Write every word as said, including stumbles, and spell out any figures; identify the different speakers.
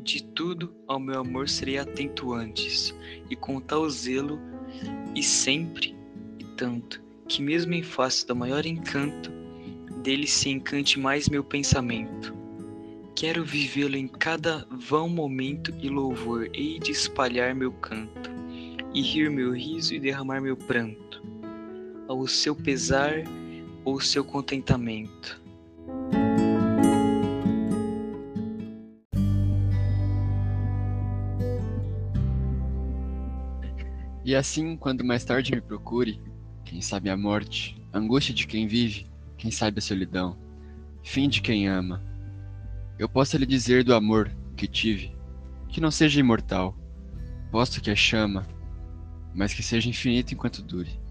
Speaker 1: De tudo ao meu amor serei atento antes, e com tal zelo, e sempre, e tanto, que mesmo em face do maior encanto, dele se encante mais meu pensamento. Quero vivê-lo em cada vão momento e louvor, hei de espalhar meu canto, e rir meu riso e derramar meu pranto, ao seu pesar ou seu contentamento.
Speaker 2: E assim, quando mais tarde me procure, quem sabe a morte, angústia de quem vive, quem sabe a solidão, fim de quem ama, eu possa lhe dizer do amor que tive, que não seja imortal, posto que é chama, mas que seja infinito enquanto dure.